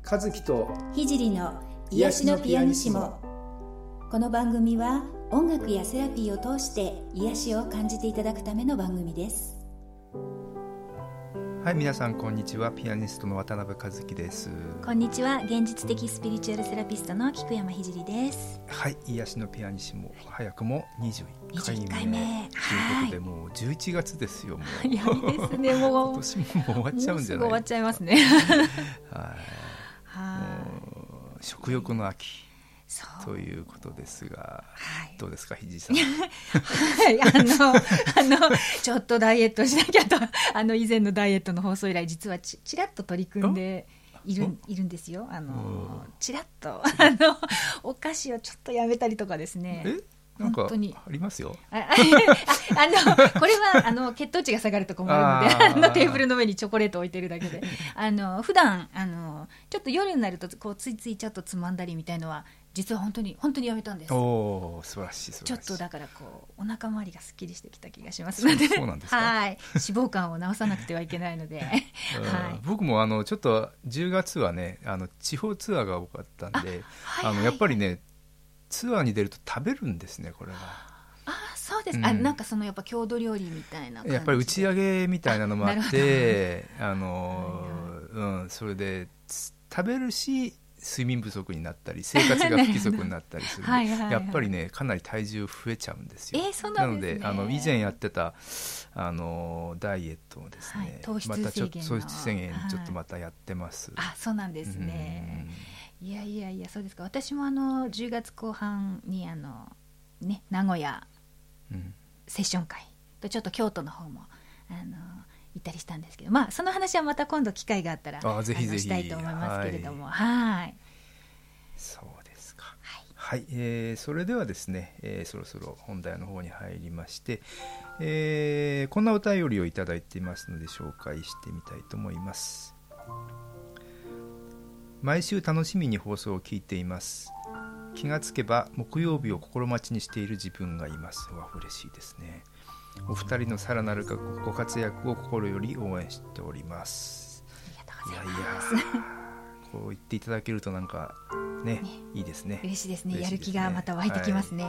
和樹と聖の癒しのピアニシモ。この番組は音楽やセラピーを通して癒しを感じていただくための番組です。 はい、皆さんこんにちは。ピアニストの渡辺和樹です。 こんにちは。現実的スピリチュアルセラピストの菊山聖です。 はい、癒しのピアニシモ、早くも21回目ということで、もう11月ですよ。もう早いですね。もう今年も終わっちゃうんじゃない。もうすぐ終わっちゃいますね。 はい、もう食欲の秋ということですが、どうですか、ひじさん。 はい、ちょっとダイエットしなきゃと、以前のダイエットの放送以来、実はちらっと取り組んでいるんですよ。ちらっとお菓子をちょっとやめたりとかですね。 なんかありますよ。 これは血糖値が下がると困るので、テーブルの上にチョコレートを置いてるだけで、普段ちょっと夜になるとこうついついちょっとつまんだりみたいのは実は本当にやめたんです。 おー、素晴らしい。 ちょっとだからお腹周りがすっきりしてきた気がしますので、 そうなんですか。 はい、脂肪肝を治さなくてはいけないので、はい、 僕もちょっと10月はね、地方ツアーが多かったんで、やっぱりね、ツアーに出ると食べるんですね、これが。 そうです、なんかやっぱ郷土料理みたいな感じで、 やっぱり打ち上げみたいなのもあってそれで食べるし、睡眠不足になったり生活が不規則になったりするんでやっぱりね、かなり体重増えちゃうんですよ。なので以前やってたダイエットをですね、またちょっと糖質制限ちょっとまたやってます。 そうなんですね。いやそうですか。私も10月後半に名古屋セッション会とちょっと京都の方も行ったりしたんですけど、その話はまた今度機会があったらぜひぜひしたいと思いますけれども、はい、 そうですか。はい、それではですね、そろそろ本題の方に入りまして、こんなお便りをいただいていますので紹介してみたいと思います。毎週楽しみに放送を聞いています。気がつけば木曜日を心待ちにしている自分がいます。嬉しいですね。お二人のさらなるご活躍を心より応援しております。 ありがとうございます。 こう言っていただけるとなんかね、いいですね。 嬉しいですね。やる気がまた湧いてきますね。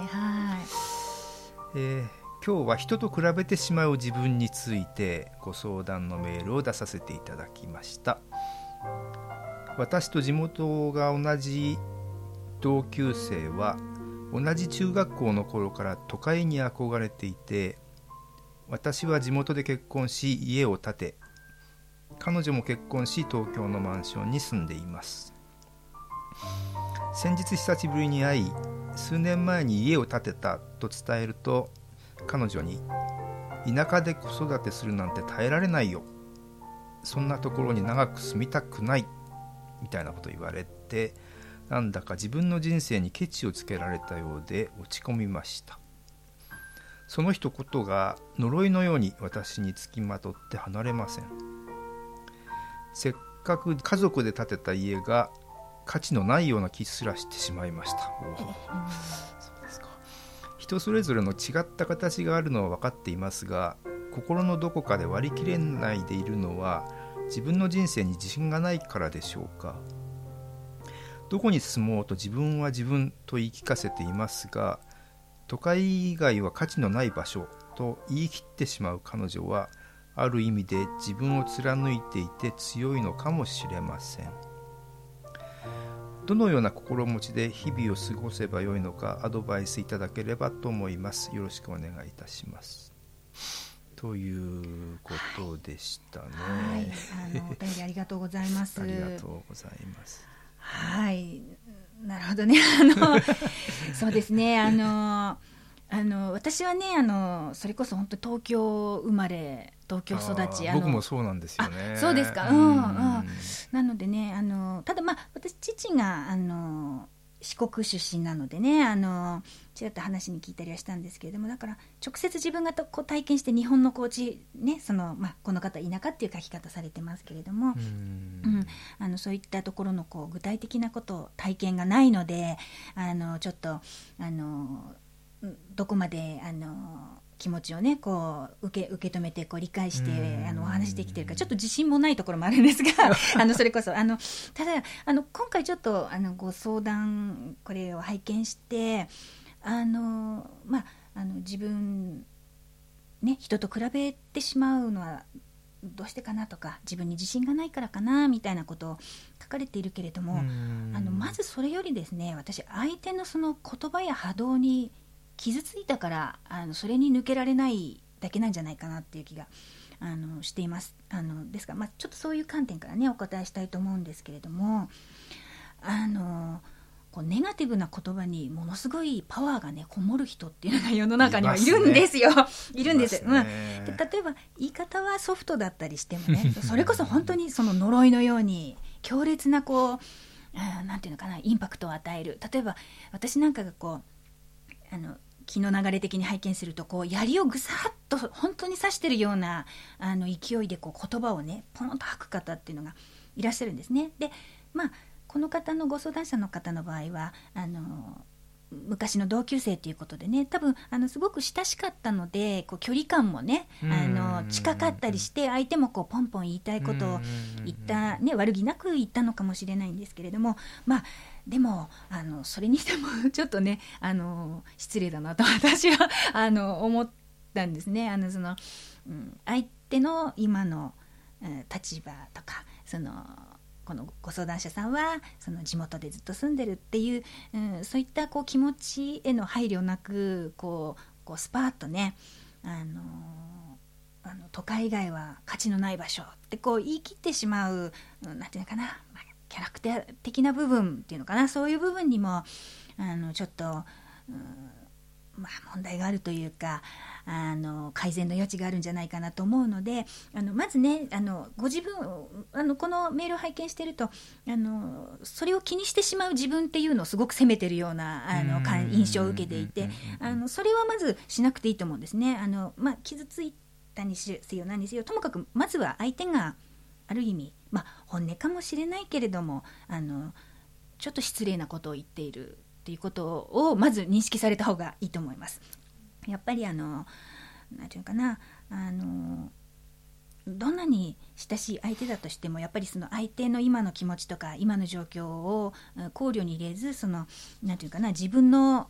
今日は人と比べてしまう自分についてご相談のメールを出させていただきました。私と地元が同じ同級生は同じ中学校の頃から都会に憧れていて、私は地元で結婚し家を建て、彼女も結婚し東京のマンションに住んでいます。先日久しぶりに会い、数年前に家を建てたと伝えると、彼女に田舎で子育てするなんて耐えられないよ、そんなところに長く住みたくないみたいなこと言われて、なんだか自分の人生にケチをつけられたようで落ち込みました。その一言が呪いのように私につきまとって離れません。せっかく家族で建てた家が価値のないような気すらしてしまいました。そうですか。人それぞれの違った形があるのは分かっていますが、心のどこかで割り切れないでいるのは自分の人生に自信がないからでしょうか。どこに住もうと自分は自分と言い聞かせていますが、都会以外は価値のない場所と言い切ってしまう彼女は、ある意味で自分を貫いていて強いのかもしれません。どのような心持ちで日々を過ごせばよいのかアドバイスいただければと思います。よろしくお願いいたします。ということでしたね。 お便りありがとうございます。 ありがとうございます。 はい、なるほどね。そうですね。私はね、それこそ本当東京生まれ東京育ち、 僕もそうなんですよね。 そうですか。なのでね、ただ私父が四国出身なのでね、ちらっと話に聞いたりはしたんですけれども、だから直接自分が体験して日本のこの方田舎っていう書き方されてますけれども、そういったところの具体的なこと体験がないので、ちょっとどこまで気持ちをねこう受け止めてこう理解してお話できてるからちょっと自信もないところもあるんですがそれこそただ今回ちょっとご相談これを拝見して自分ね人と比べてしまうのはどうしてかなとか自分に自信がないからかなみたいなことを書かれているけれどもまずそれよりですね私相手のその言葉や波動に傷ついたからそれに抜けられないだけなんじゃないかなっていう気がしています。ですから、ちょっとそういう観点からねお答えしたいと思うんですけれどもこうネガティブな言葉にものすごいパワーがねこもる人っていうのが世の中にはいるんですよ。いるんです。で例えば言い方はソフトだったりしてもねそれこそ本当にその呪いのように強烈なこうなんていうのかなインパクトを与える。例えば私なんかがこう気の流れ的に拝見するとこう槍をぐさっと本当に刺してるような勢いでこう言葉をねポンと吐く方っていうのがいらっしゃるんですね。でこの方のご相談者の方の場合は昔の同級生ということでね多分すごく親しかったのでこう距離感もね近かったりして相手もこうポンポン言いたいことを言った、ね、悪気なく言ったのかもしれないんですけれどもでもそれにしてもちょっとね失礼だなと私は思ったんですね。相手の今の立場とかこのご相談者さんはその地元でずっと住んでるっていう、そういったこう気持ちへの配慮なくこうスパーッとね都会以外は価値のない場所ってこう言い切ってしまう、なんていうのかな、キャラクター的な部分っていうのかなそういう部分にもちょっと、問題があるというか改善の余地があるんじゃないかなと思うのでまずねご自分このメールを拝見しているとそれを気にしてしまう自分っていうのをすごく責めてるような印象を受けていてそれはまずしなくていいと思うんですね。傷ついたにせよ何にせよともかくまずは相手がある意味、本音かもしれないけれどもちょっと失礼なことを言っているっていうことをまず認識された方がいいと思います。やっぱりなんていうのかなどんなに親しい相手だとしてもやっぱりその相手の今の気持ちとか今の状況を考慮に入れずなんていうかな自分の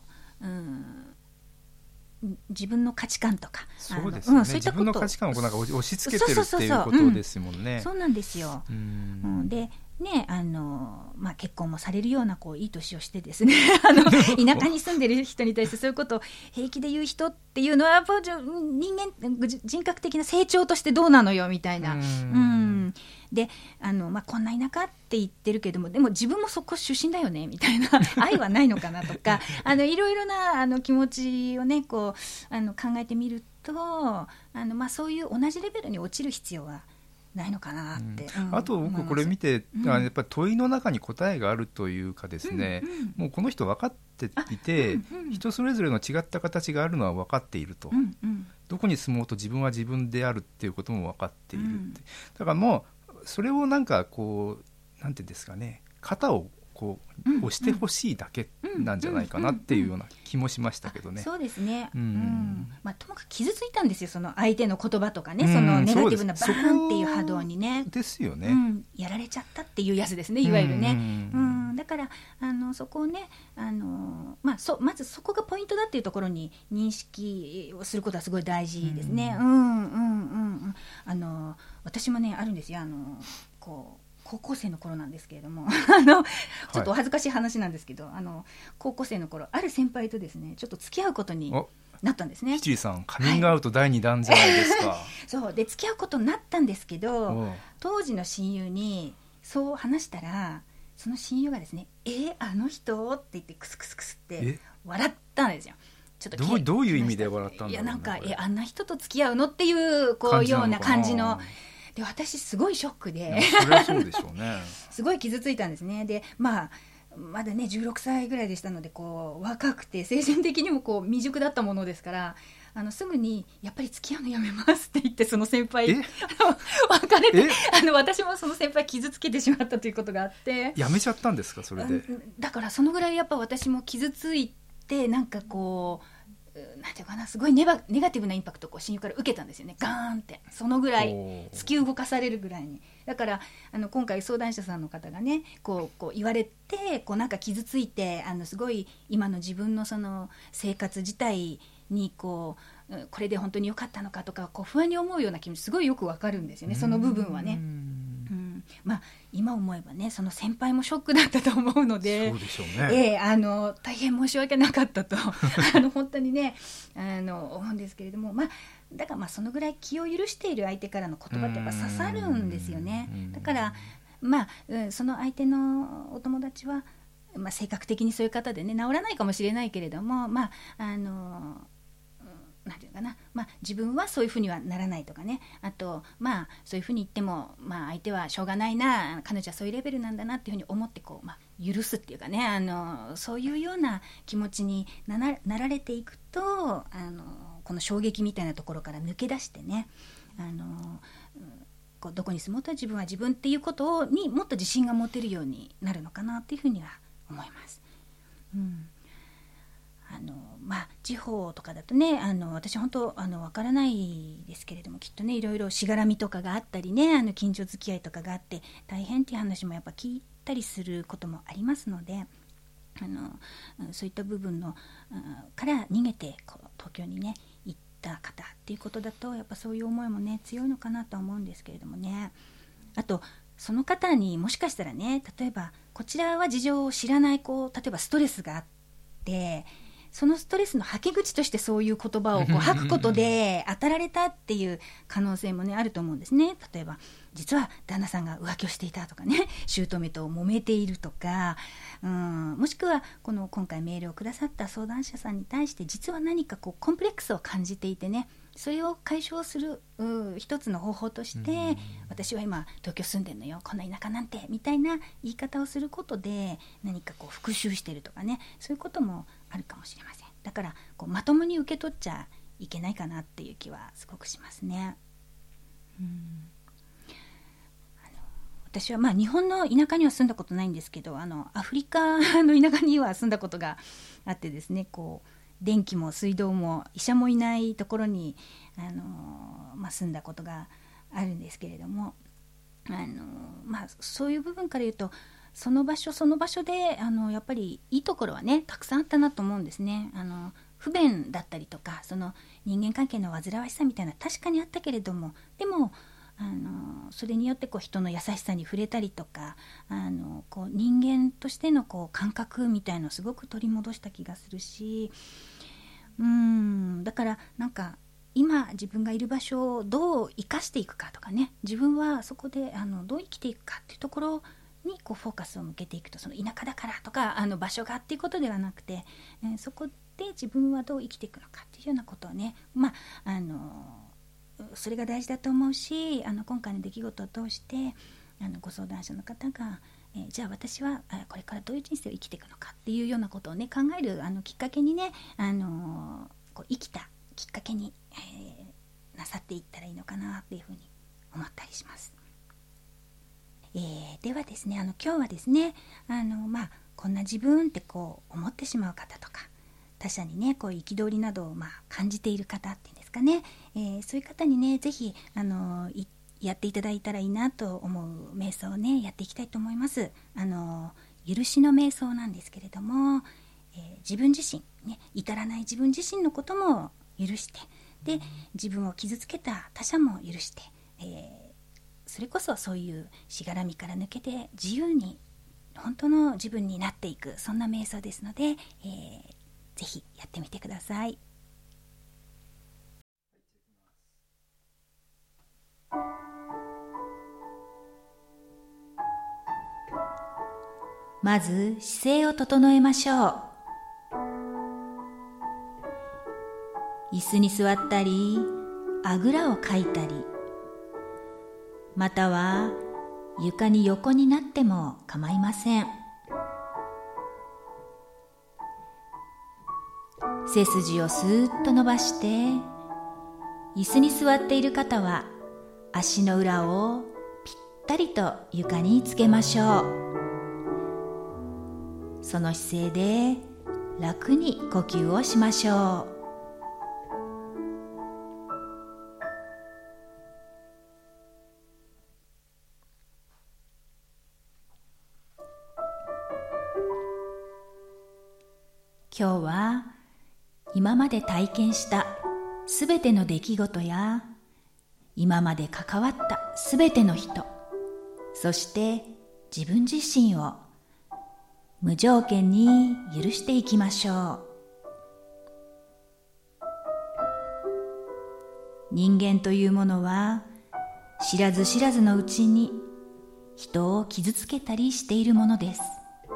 価値観とかそうですね、 そういったこと自分の価値観をなんか押し付けてるっていうことですもんね。 そうなんですよ。でね結婚もされるようないい年をしてですね田舎に住んでる人に対してそういうことを平気で言う人っていうのはやっぱ人格的な成長としてどうなのよみたいな。でこんな田舎って言ってるけどもでも自分もそこ出身だよねみたいな愛はないのかなとかいろいろな気持ちをねこう考えてみるとそういう同じレベルに落ちる必要はないのかなって、 あと僕これ見て、やっぱり問いの中に答えがあるというかですね、もうこの人分かっていて、人それぞれの違った形があるのは分かっていると、どこに住もうと自分は自分であるっていうことも分かっているって、だからもうそれをなんかこうなんていうんですかね肩をこう押してほしいだけなんじゃないかなっていうような気もしましたけどね。 そうですね、ともかく傷ついたんですよその相手の言葉とかね、そのネガティブなバーンっていう波動にねですよね、 やられちゃったっていうやつですねいわゆるね。だからそこをねまずそこがポイントだっていうところに認識をすることはすごい大事ですね。私もねあるんですよこう高校生の頃なんですけれどもちょっとお恥ずかしい話なんですけど、高校生の頃ある先輩とですねちょっと付き合うことになったんですね。 七里さんカミングアウト第2弾じゃないですか、 そうで付き合うことになったんですけど当時の親友にそう話したらその親友がですねあの人って言ってクスクスクスって笑ったんですよ。ちょっとどういう意味で笑ったんだろう、ね、 いやなんかあんな人と付き合うのっていうような感じので私すごいショックでそれはそうでしょうねすごい傷ついたんですね。でまだね16歳ぐらいでしたのでこう若くて精神的にもこう未熟だったものですからすぐにやっぱり付き合うのやめますって言ってその先輩別れて私もその先輩傷つけてしまったということがあってやめちゃったんですかそれで。 だからそのぐらいやっぱ私も傷ついてなんかこうなんていうかな、すごいネガティブなインパクトを親友から受けたんですよね。ガーンって、そのぐらい突き動かされるぐらいに。だから今回相談者さんの方がねこう言われてなんか傷ついてすごい今の自分のその生活自体にこれで本当に良かったのかとか不安に思うような気持ちすごいよくわかるんですよね、その部分はね。まあ、今思えばねその先輩もショックだったと思うので、 そうでしょうね、 大変申し訳なかったと本当にね思うんですけれども、だからそのぐらい気を許している相手からの言葉ってやっぱ刺さるんですよね。だからその相手のお友達は、性格的にそういう方でね治らないかもしれないけれども、なんていうかな、自分はそういうふうにはならないとかね、あとそういうふうに言っても、相手はしょうがないな、彼女はそういうレベルなんだなっていうふうに思って許すっていうかね、そういうような気持ちになられていくとこの衝撃みたいなところから抜け出してね、どこに住もうと自分は自分っていうことにもっと自信が持てるようになるのかなっていうふうには思います。地方とかだとね私本当わからないですけれども、きっとねいろいろしがらみとかがあったりね近所付き合いとかがあって大変っていう話もやっぱ聞いたりすることもありますので、そういった部分のから逃げて東京にね行った方っていうことだとやっぱそういう思いもね強いのかなとは思うんですけれどもね。あとその方にもしかしたらね、例えばこちらは事情を知らない例えばストレスがあって、そのストレスの吐き口としてそういう言葉を吐くことで当たられたっていう可能性もねあると思うんですね。例えば実は旦那さんが浮気をしていたとかね、姑と揉めているとか、もしくは今回メールをくださった相談者さんに対して実は何かコンプレックスを感じていてね、それを解消する一つの方法として、私は今東京住んでんのよ、こんな田舎なんてみたいな言い方をすることで何か復習してるとかね、そういうこともあるかもしれません。だからまともに受け取っちゃいけないかなっていう気はすごくしますね。私は日本の田舎には住んだことないんですけど、アフリカの田舎には住んだことがあってですね、電気も水道も医者もいないところに、住んだことがあるんですけれども、そういう部分から言うとその場所その場所でやっぱりいいところはねたくさんあったなと思うんですね。不便だったりとかその人間関係の煩わしさみたいな確かにあったけれども、でもそれによって人の優しさに触れたりとか人間としての感覚みたいのをすごく取り戻した気がするし、だからなんか今自分がいる場所をどう生かしていくかとかね、自分はそこでどう生きていくかっていうところにフォーカスを向けていくと、その田舎だからとか場所がっていうことではなくて、そこで自分はどう生きていくのかっていうようなことをね、それが大事だと思うし、今回の出来事を通してご相談者の方が、じゃあ私はこれからどういう人生を生きていくのかっていうようなことをね考えるきっかけにね、生きたきっかけに、なさっていったらいいのかなっていうふうに思ったりします。ではですね、今日はですねこんな自分って思ってしまう方とか他者にね憤りなどを感じている方っていうんですかね、そういう方にねぜひやっていただいたらいいなと思う瞑想をねやっていきたいと思います。許しの瞑想なんですけれども、自分自身ね、至らない自分自身のことも許して、で自分を傷つけた他者も許して、それこそそういうしがらみから抜けて自由に本当の自分になっていく、そんな瞑想ですので、ぜひやってみてください。まず姿勢を整えましょう。椅子に座ったりあぐらをかいたり、または床に横になっても構いません。背筋をスーッと伸ばして、椅子に座っている方は足の裏をぴったりと床につけましょう。その姿勢で楽に呼吸をしましょう。 今日は今まで体験したすべての出来事や今まで関わったすべての人、そして自分自身を無条件に許していきましょう。人間というものは知らず知らずのうちに人を傷つけたりしているものです。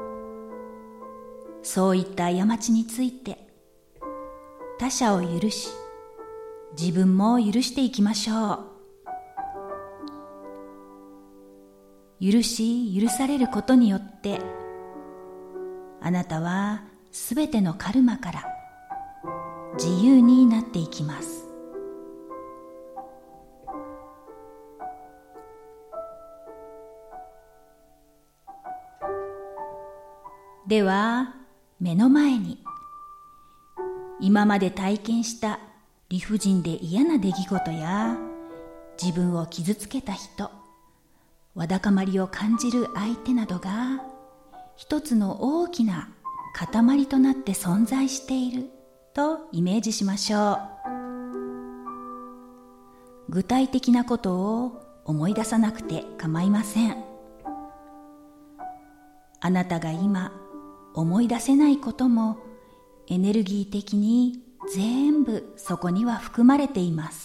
そういった過ちについて他者を許し、自分も許していきましょう。許し許されることによってあなたはすべてのカルマから自由になっていきます。では目の前に今まで体験した理不尽で嫌な出来事や自分を傷つけた人、わだかまりを感じる相手などが一つの大きな塊となって存在しているとイメージしましょう。具体的なことを思い出さなくて構いません。あなたが今思い出せないこともエネルギー的に全部そこには含まれています。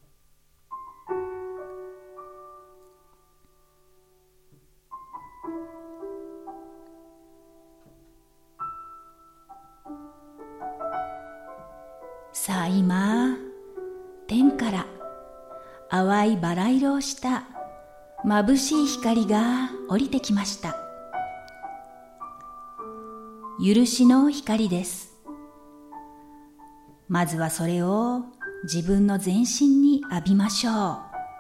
さあ今、天から淡いバラ色をした眩しい光が降りてきました。許しの光です。まずはそれを自分の全身に浴びましょう。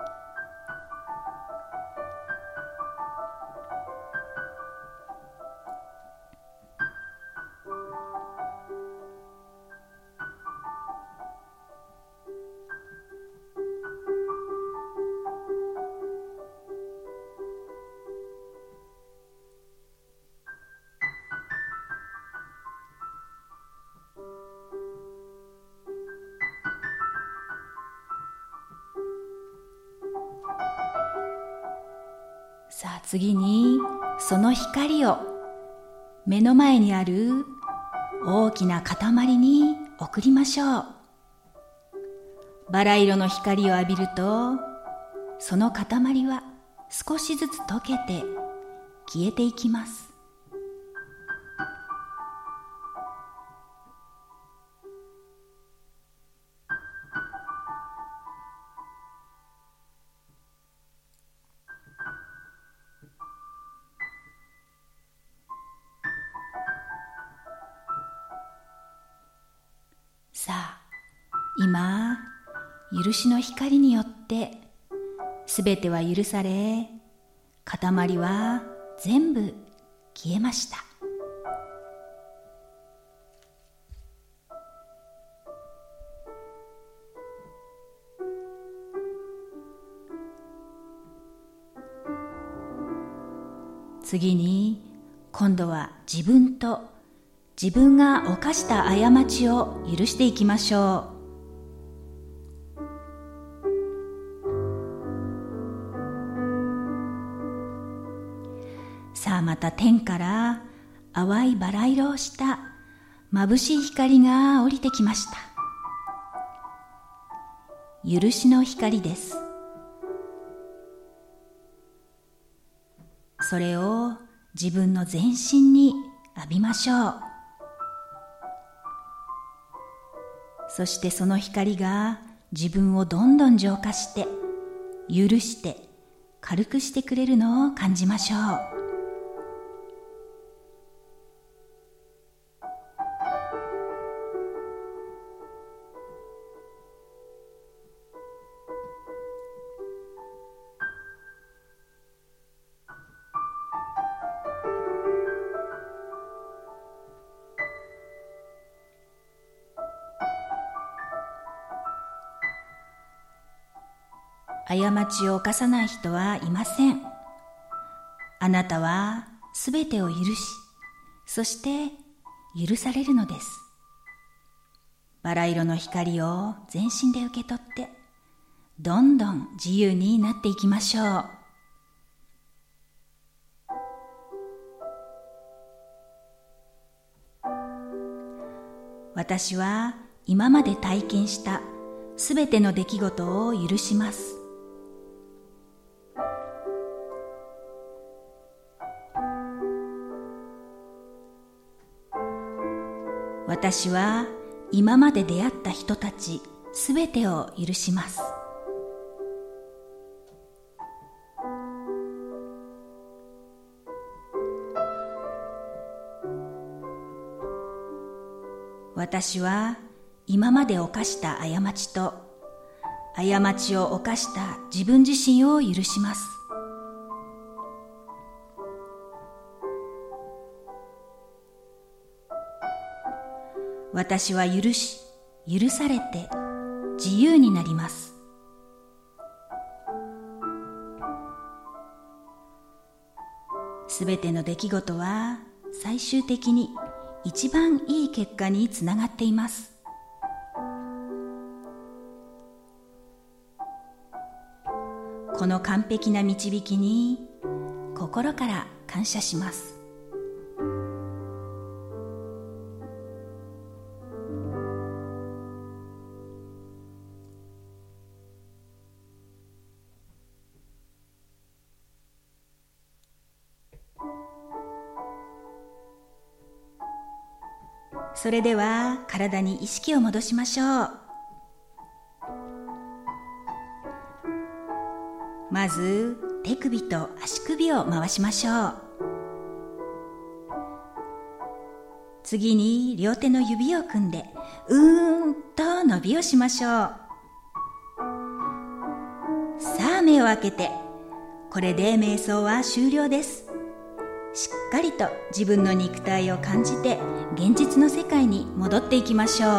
さあ次にその光を目の前にある大きな塊に送りましょう。バラ色の光を浴びるとその塊は少しずつ溶けて消えていきます。さあ今許しの光によってすべては許され、塊は全部消えました。次に今度は自分と自分が犯した過ちを許していきましょう。さあまた天から淡いバラ色をした眩しい光が降りてきました。許しの光です。それを自分の全身に浴びましょう。そしてその光が自分をどんどん浄化して許して軽くしてくれるのを感じましょう。過ちを犯さない人はいません。あなたはすべてを許し、そして許されるのです。バラ色の光を全身で受け取って、どんどん自由になっていきましょう。私は今まで体験したすべての出来事を許します。私は今まで出会った人たちすべてを許します。私は今まで犯した過ちと過ちを犯した自分自身を許します。私は許されて自由になります。すべての出来事は最終的に一番いい結果につながっています。この完璧な導きに心から感謝します。それでは体に意識を戻しましょう。まず手首と足首を回しましょう。次に両手の指を組んでと伸びをしましょう。さあ目を開けて、これで瞑想は終了です。しっかりと自分の肉体を感じて現実の世界に戻っていきましょう。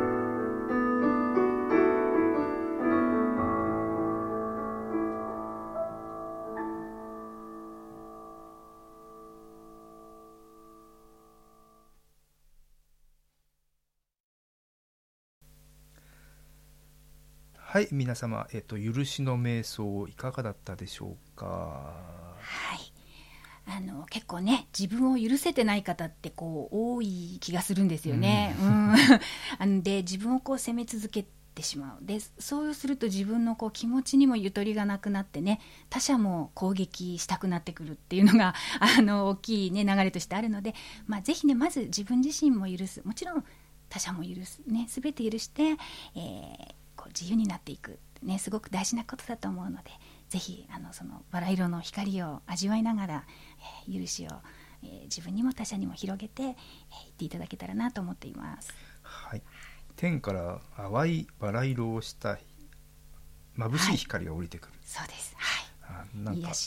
はい、皆様、許しの瞑想いかがだったでしょうか。 はい、結構ね、自分を許せてない方って多い気がするんですよね。で自分を責め続けてしまう。でそうすると自分の気持ちにもゆとりがなくなってね、他者も攻撃したくなってくるっていうのが大きい、ね、流れとしてあるので、ぜひね、まず自分自身も許す、もちろん他者も許す、ね、全て許して、自由になっていく、ね、すごく大事なことだと思うので、ぜひそのバラ色の光を味わいながら、許しを、自分にも他者にも広げて、いっていただけたらなと思っています。 はい、天から淡いバラ色をした眩しい光が降りてくる、 そうです。はい、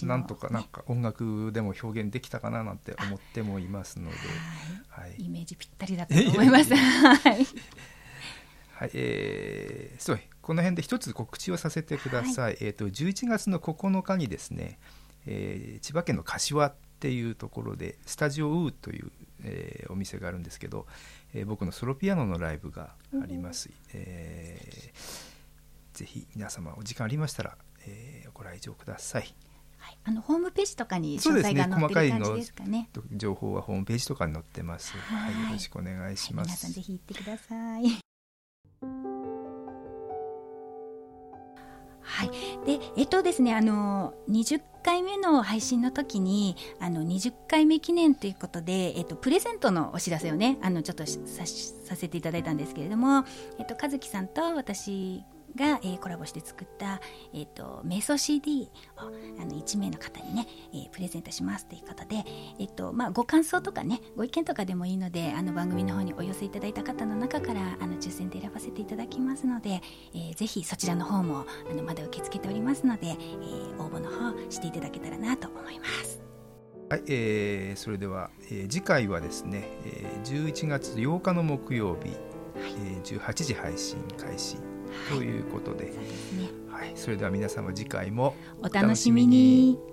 なんとか音楽でも表現できたかななんて思ってもいますので、 イメージぴったりだと思いますはいはい、そう、この辺で一つ告知をさせてください。11月の9日にですね、千葉県の柏っていうところでスタジオウーという、お店があるんですけど、僕のソロピアノのライブがあります。ぜひ皆様お時間ありましたら、ご来場ください。 ホームページとかに詳細が載ってる感じですかね。 細かいの情報はホームページとかに載ってます。はい、よろしくお願いします。 皆さんぜひ行ってください。はい、でですね、20回目の配信の時に20回目記念ということで、プレゼントのお知らせをね、ちょっとさせていただいたんですけれども、和樹さんと私が、コラボして作った、瞑想 CD を1名の方にね、プレゼントしますということで、ご感想とかね、ご意見とかでもいいので、番組の方にお寄せいただいた方の中から抽選で選ばせていただきますので、ぜひそちらの方もまだ受け付けておりますので、応募の方していただけたらなと思います。 はい、それでは、次回はですね、11月8日の木曜日、18時配信開始ということで、 そうですね。 それでは皆様次回もお楽しみに。